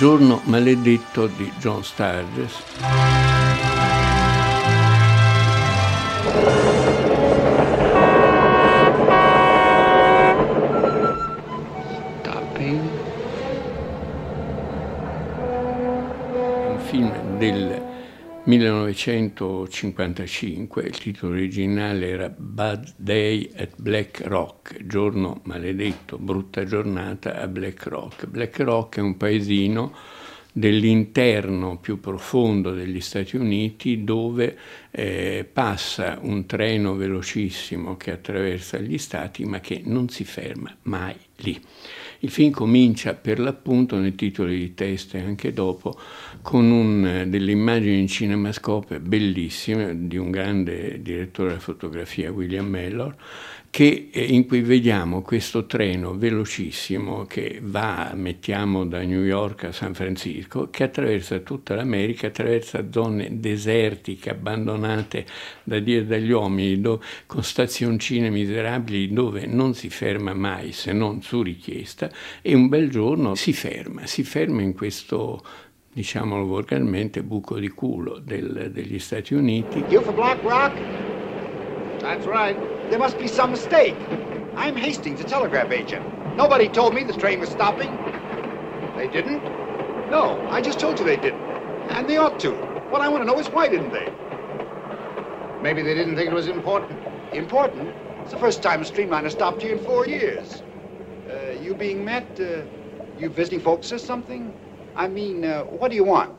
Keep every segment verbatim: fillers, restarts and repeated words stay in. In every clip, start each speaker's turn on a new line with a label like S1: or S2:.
S1: Giorno maledetto di John Sturges.
S2: Stopping.
S1: Un film del millenovecentocinquantacinque, il titolo originale era Bad Day at Black Rock, giorno maledetto, brutta giornata a Black Rock. Black Rock è un paesino dell'interno più profondo degli Stati Uniti dove eh, passa un treno velocissimo che attraversa gli stati ma che non si ferma mai lì. Il film comincia per l'appunto nei titoli di testa e anche dopo con un, delle immagini in cinemascope bellissime di un grande direttore della fotografia, William Mellor, che, in cui vediamo questo treno velocissimo che va, mettiamo, da New York a San Francisco, che attraversa tutta l'America, attraversa zone desertiche, abbandonate da Dio e dagli uomini, dove, con stazioncine miserabili dove non si ferma mai se non su richiesta, e un bel giorno si ferma, si ferma in questo, diciamolo volgarmente, buco di culo del, degli Stati Uniti.
S3: You for Black Rock? That's right. There must be some mistake. I'm Hastings, a telegraph agent. Nobody told me this train was stopping. They didn't? No, I just told you they didn't. And they ought to. What I want to know is why didn't they? Maybe they didn't think it was important. Important? It's the first time a streamliner stopped here in four years. Uh, you being met? Uh, you visiting folks or something? I mean, uh, what do you want?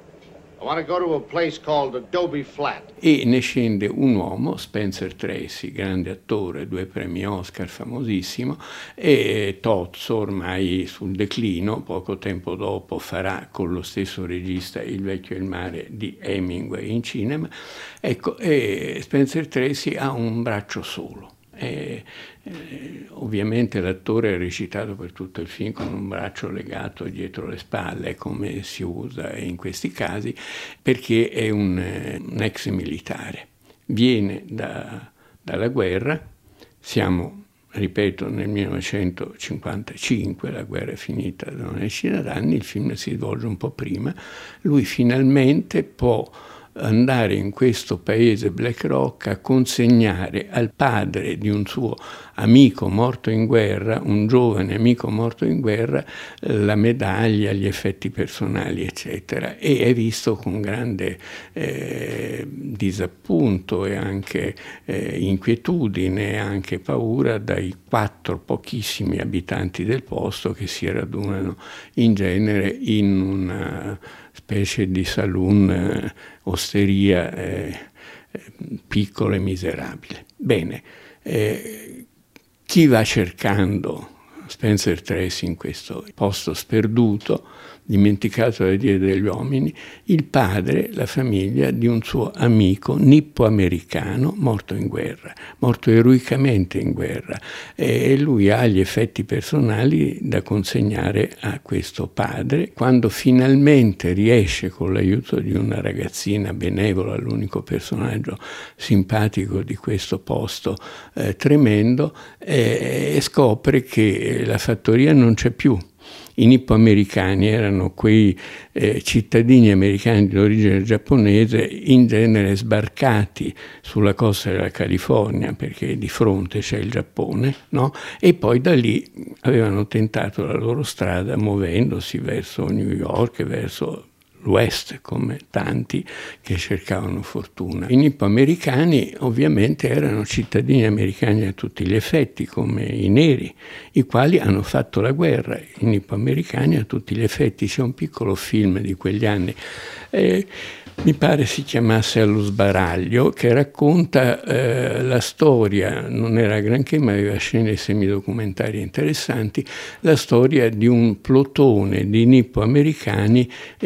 S2: I want to go to a place called Adobe Flat.
S1: E ne scende un uomo, Spencer Tracy, grande attore, due premi Oscar, famosissimo, e tozzo, ormai sul declino. Poco tempo dopo farà con lo stesso regista Il vecchio e il mare di Hemingway in cinema. Ecco, e Spencer Tracy ha un braccio solo. E, eh, ovviamente l'attore ha recitato per tutto il film con un braccio legato dietro le spalle, come si usa in questi casi, perché è un, eh, un ex militare. Viene da, dalla guerra, siamo, ripeto, nel millenovecentocinquantacinque, la guerra è finita da una decina d'anni, il film si svolge un po' prima, lui finalmente può andare in questo paese Black Rock a consegnare al padre di un suo amico morto in guerra, un giovane amico morto in guerra, la medaglia, gli effetti personali, eccetera. E è visto con grande eh, disappunto e anche eh, inquietudine e anche paura dai quattro pochissimi abitanti del posto che si radunano in genere in una specie di saloon, eh, osteria eh, eh, piccola e miserabile. Bene, eh, chi va cercando Spencer Tracy in questo posto sperduto, dimenticato dai Dio e dagli uomini? Il padre, la famiglia di un suo amico nippo-americano morto in guerra, morto eroicamente in guerra, e lui ha gli effetti personali da consegnare a questo padre. Quando finalmente riesce, con l'aiuto di una ragazzina benevola, l'unico personaggio simpatico di questo posto eh, tremendo, eh, e scopre che la fattoria non c'è più. I nippo-americani erano quei eh, cittadini americani di origine giapponese, in genere sbarcati sulla costa della California, perché di fronte c'è il Giappone, no? E poi da lì avevano tentato la loro strada muovendosi verso New York, verso l'West, come tanti che cercavano fortuna. I nippo-americani ovviamente erano cittadini americani a tutti gli effetti, come i neri, i quali hanno fatto la guerra. I nippo-americani a tutti gli effetti. C'è un piccolo film di quegli anni, eh, mi pare si chiamasse Allo sbaraglio, che racconta eh, la storia, non era granché ma aveva scene semidocumentari interessanti, la storia di un plotone di nippo-americani eh, in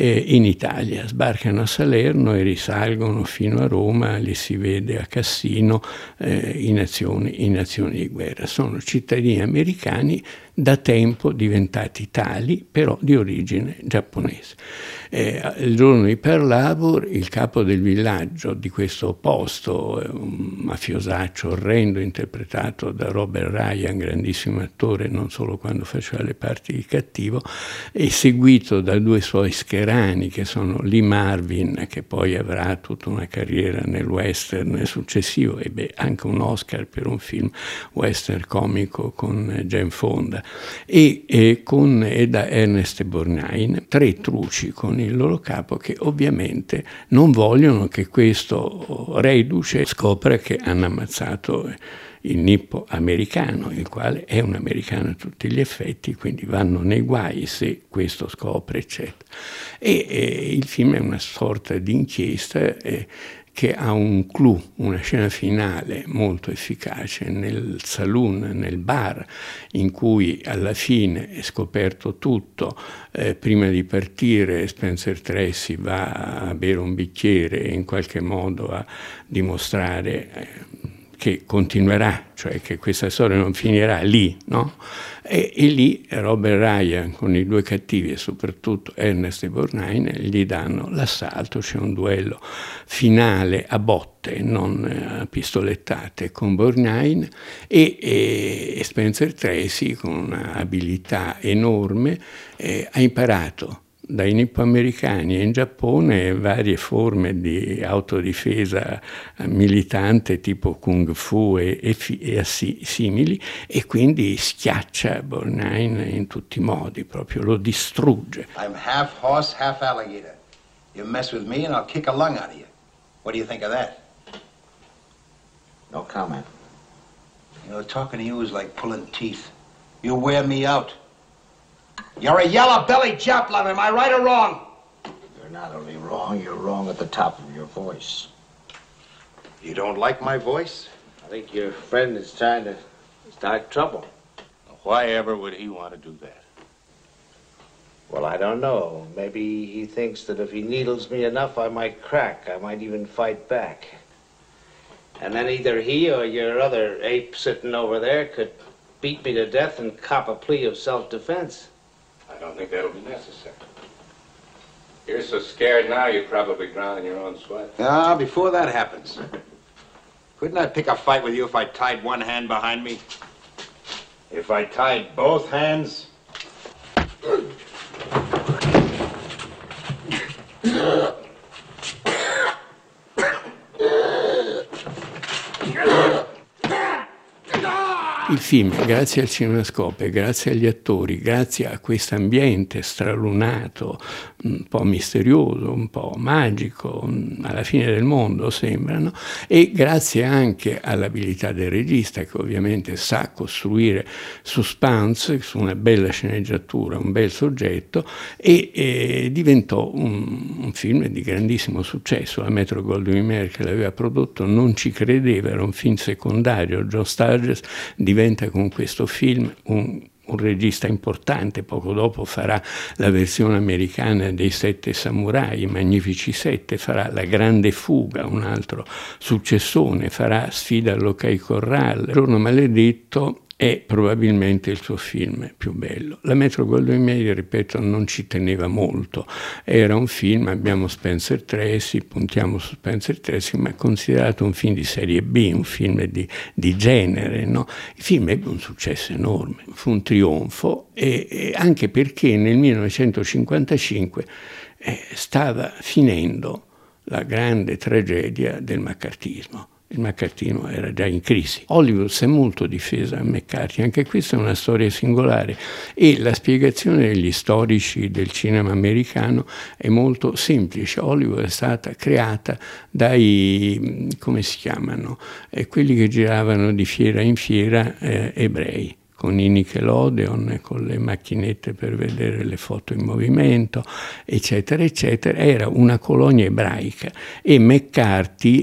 S1: Italia, sbarcano a Salerno e risalgono fino a Roma, li si vede a Cassino eh, in, azioni, in azioni di guerra. Sono cittadini americani da tempo diventati tali, però di origine giapponese. Eh, il giorno di Pearl Harbor il capo del villaggio di questo posto, un mafiosaccio orrendo interpretato da Robert Ryan, grandissimo attore non solo quando faceva le parti di cattivo, è seguito da due suoi scherani che sono Lee Marvin, che poi avrà tutta una carriera nel western successivo, ebbe anche un Oscar per un film western comico con Jane Fonda, e, e, con, e da Ernest Borgnine, tre truci con il loro capo che ovviamente non vogliono che questo reduce scopra che hanno ammazzato il nippo americano, il quale è un americano a tutti gli effetti, quindi vanno nei guai se questo scopre, eccetera. E, e il film è una sorta di inchiesta eh, che ha un clou, una scena finale molto efficace nel saloon, nel bar, in cui alla fine è scoperto tutto. Eh, prima di partire Spencer Tracy va a bere un bicchiere e in qualche modo a dimostrare eh, che continuerà, cioè che questa storia non finirà lì, no? E, e lì Robert Ryan con i due cattivi e soprattutto Ernest Borgnine gli danno l'assalto, c'è un duello finale a botte, non a pistolettate con Borgnine e, e Spencer Tracy con un'abilità enorme eh, ha imparato dai nippoamericani e in Giappone varie forme di autodifesa militante tipo kung fu e, e, e simili, e quindi schiaccia Borgnine in tutti i modi, proprio lo distrugge.
S4: I'm half horse, half alligator. You mess with me and I'll kick a lung out of you. What do you think of that?
S3: No comment.
S4: You know, talking to you is like pulling teeth. You wear me out. You're a yellow-bellied Chaplain, am I right or wrong?
S3: You're not only wrong, you're wrong at the top of your voice.
S4: You don't like my voice?
S5: I think your friend is trying to start trouble.
S4: Why ever would he want to do that?
S5: Well, I don't know. Maybe he thinks that if he needles me enough, I might crack. I might even fight back. And then either he or your other ape sitting over there could beat me to death and cop a plea of self-defense.
S6: I don't think that'll be necessary. You're so scared now, you're probably drowning your own sweat.
S4: Ah, before that happens. Couldn't I pick a fight with you if I tied one hand behind me? If I tied both hands?
S1: Il film, grazie al cinemascope, grazie agli attori, grazie a questo ambiente stralunato, un po' misterioso, un po' magico, alla fine del mondo sembrano, e grazie anche all'abilità del regista che ovviamente sa costruire suspense su una bella sceneggiatura, un bel soggetto, e, e diventò un, un film di grandissimo successo. La Metro-Goldwyn-Mayer che l'aveva prodotto non ci credeva, era un film secondario. Joe Sturges diventa con questo film un, un regista importante. Poco dopo farà la versione americana dei Sette Samurai, i Magnifici Sette, farà La Grande Fuga, un altro successone, farà Sfida all'Ok Corral. Il Giorno Maledetto è probabilmente il suo film più bello. La Metro-Goldwyn-Mayer, ripeto, non ci teneva molto. Era un film, abbiamo Spencer Tracy, puntiamo su Spencer Tracy, ma è considerato un film di serie B, un film di, di genere, no? Il film ebbe un successo enorme, fu un trionfo, e, e anche perché nel millenovecentocinquantacinque eh, stava finendo la grande tragedia del maccartismo. Il maccartismo era già in crisi. Hollywood si è molto difesa a McCarthy, anche questa è una storia singolare, e la spiegazione degli storici del cinema americano è molto semplice. Hollywood è stata creata dai, come si chiamano, eh, quelli che giravano di fiera in fiera eh, ebrei, con i Nickelodeon, con le macchinette per vedere le foto in movimento, eccetera, eccetera. Era una colonia ebraica, e McCarthy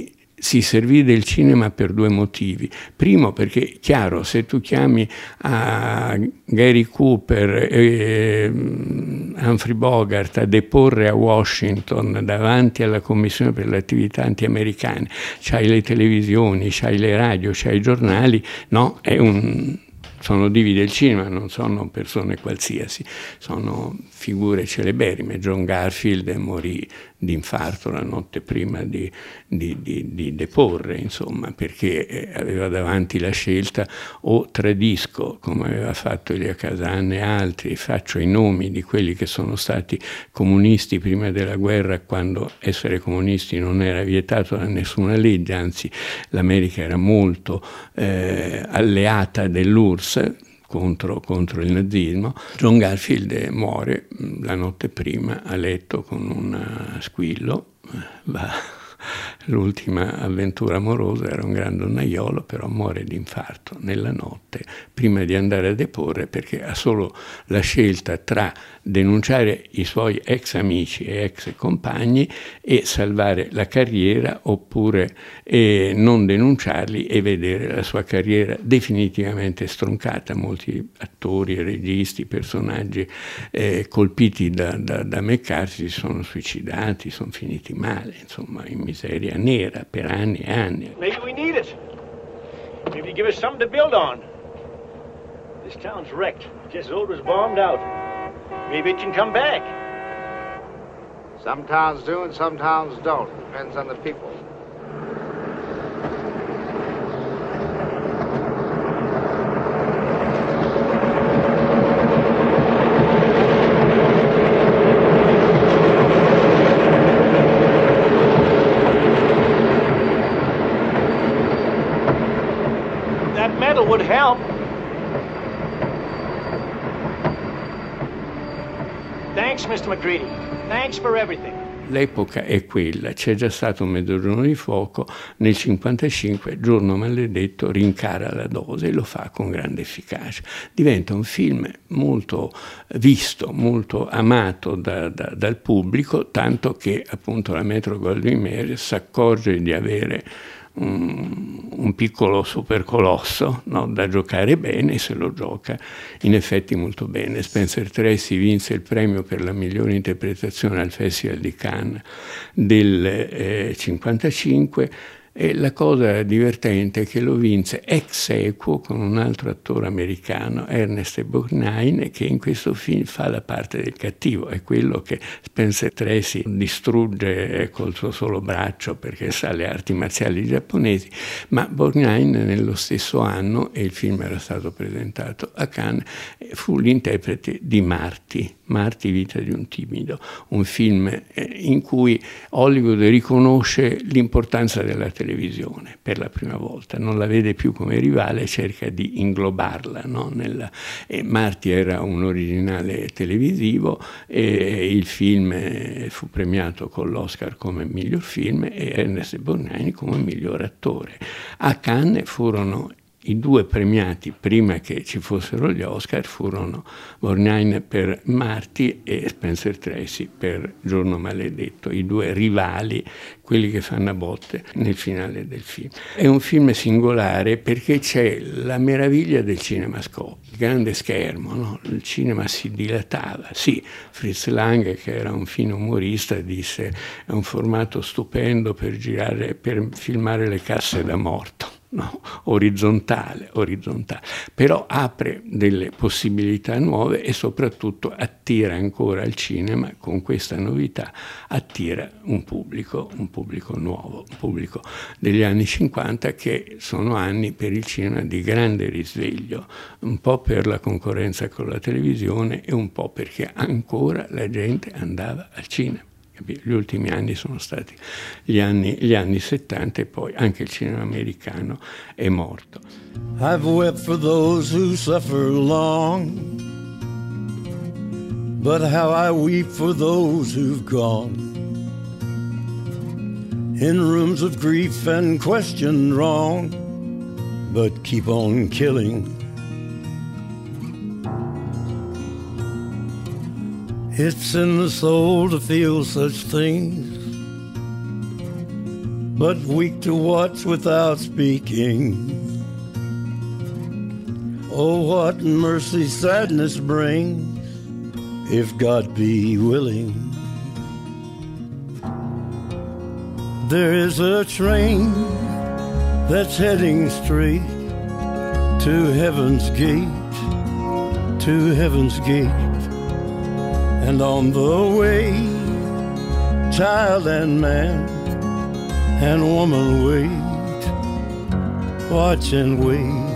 S1: si servì del cinema per due motivi. Primo, perché, chiaro, se tu chiami a Gary Cooper e Humphrey Bogart a deporre a Washington davanti alla Commissione per le attività anti-americane, c'hai le televisioni, c'hai le radio, c'hai i giornali, no? È un... sono divi del cinema, non sono persone qualsiasi, sono figure celeberrime. John Garfield morì di infarto la notte prima di, di, di, di deporre, insomma, perché aveva davanti la scelta: o tradisco, come aveva fatto Elia Kazan e altri, faccio i nomi di quelli che sono stati comunisti prima della guerra, quando essere comunisti non era vietato da nessuna legge, anzi l'America era molto eh, alleata dell'U R S S contro, contro il nazismo. John Garfield muore la notte prima a letto con un squillo, va. L'ultima avventura amorosa, era un gran donnaiolo, però muore di infarto nella notte prima di andare a deporre, perché ha solo la scelta tra denunciare i suoi ex amici e ex compagni e salvare la carriera, oppure eh, non denunciarli e vedere la sua carriera definitivamente stroncata. Molti attori, registi, personaggi eh, colpiti da, da, da McCarthy si sono suicidati, sono finiti male, insomma, in miseria nera per anni e anni.
S7: Maybe we need it. Maybe give us something to build on. This town's wrecked, just as old as bombed out. Maybe it can come back.
S3: Some towns do and some towns don't. Depends on the people.
S7: Would help. Thanks, mister McCready. Thanks for everything.
S1: L'epoca è quella, c'è già stato un Mezzogiorno di fuoco, nel cinquantacinque Giorno maledetto rincara la dose e lo fa con grande efficacia. Diventa un film molto visto, molto amato da, da, dal pubblico, tanto che appunto la Metro-Goldwyn-Mayer si accorge di avere Un, un piccolo supercolosso, no, da giocare bene, se lo gioca in effetti molto bene. Spencer Tracy vinse il premio per la migliore interpretazione al Festival di Cannes del eh, cinquantacinque, e la cosa divertente è che lo vinse ex aequo con un altro attore americano, Ernest Borgnine, che in questo film fa la parte del cattivo. È quello che Spencer Tracy distrugge col suo solo braccio perché sa le arti marziali giapponesi, ma Borgnine nello stesso anno, e il film era stato presentato a Cannes, fu l'interprete di Marty, Marty, vita di un timido, un film in cui Hollywood riconosce l'importanza della televisione per la prima volta, non la vede più come rivale, cerca di inglobarla, no? Nella, e Marty era un originale televisivo, e il film fu premiato con l'Oscar come miglior film e Ernest Borgnine come miglior attore. A Cannes furono i due premiati, prima che ci fossero gli Oscar, furono Borgnine per Marty e Spencer Tracy per Giorno maledetto, i due rivali, quelli che fanno a botte nel finale del film. È un film singolare perché c'è la meraviglia del cinemascopio, il grande schermo, no? Il cinema si dilatava. Sì, Fritz Lang, che era un fine umorista, disse: è un formato stupendo per girare, per filmare le casse da morto. No, orizzontale, orizzontale, però apre delle possibilità nuove e soprattutto attira ancora al cinema, con questa novità, attira un pubblico, un pubblico nuovo, un pubblico degli anni cinquanta, che sono anni per il cinema di grande risveglio, un po' per la concorrenza con la televisione e un po' perché ancora la gente andava al cinema. Gli ultimi anni sono stati gli anni, gli anni settanta, e poi anche il cinema americano è morto.
S8: I've wept for those who suffer long, but how I weep for those who've gone in rooms of grief and questioned wrong, but keep on killing. It's in the soul to feel such things, but weak to watch without speaking. Oh, what mercy sadness brings, if God be willing. There is a train that's heading straight to heaven's gate, to heaven's gate. And on the way, child and man and woman wait, watch and wait.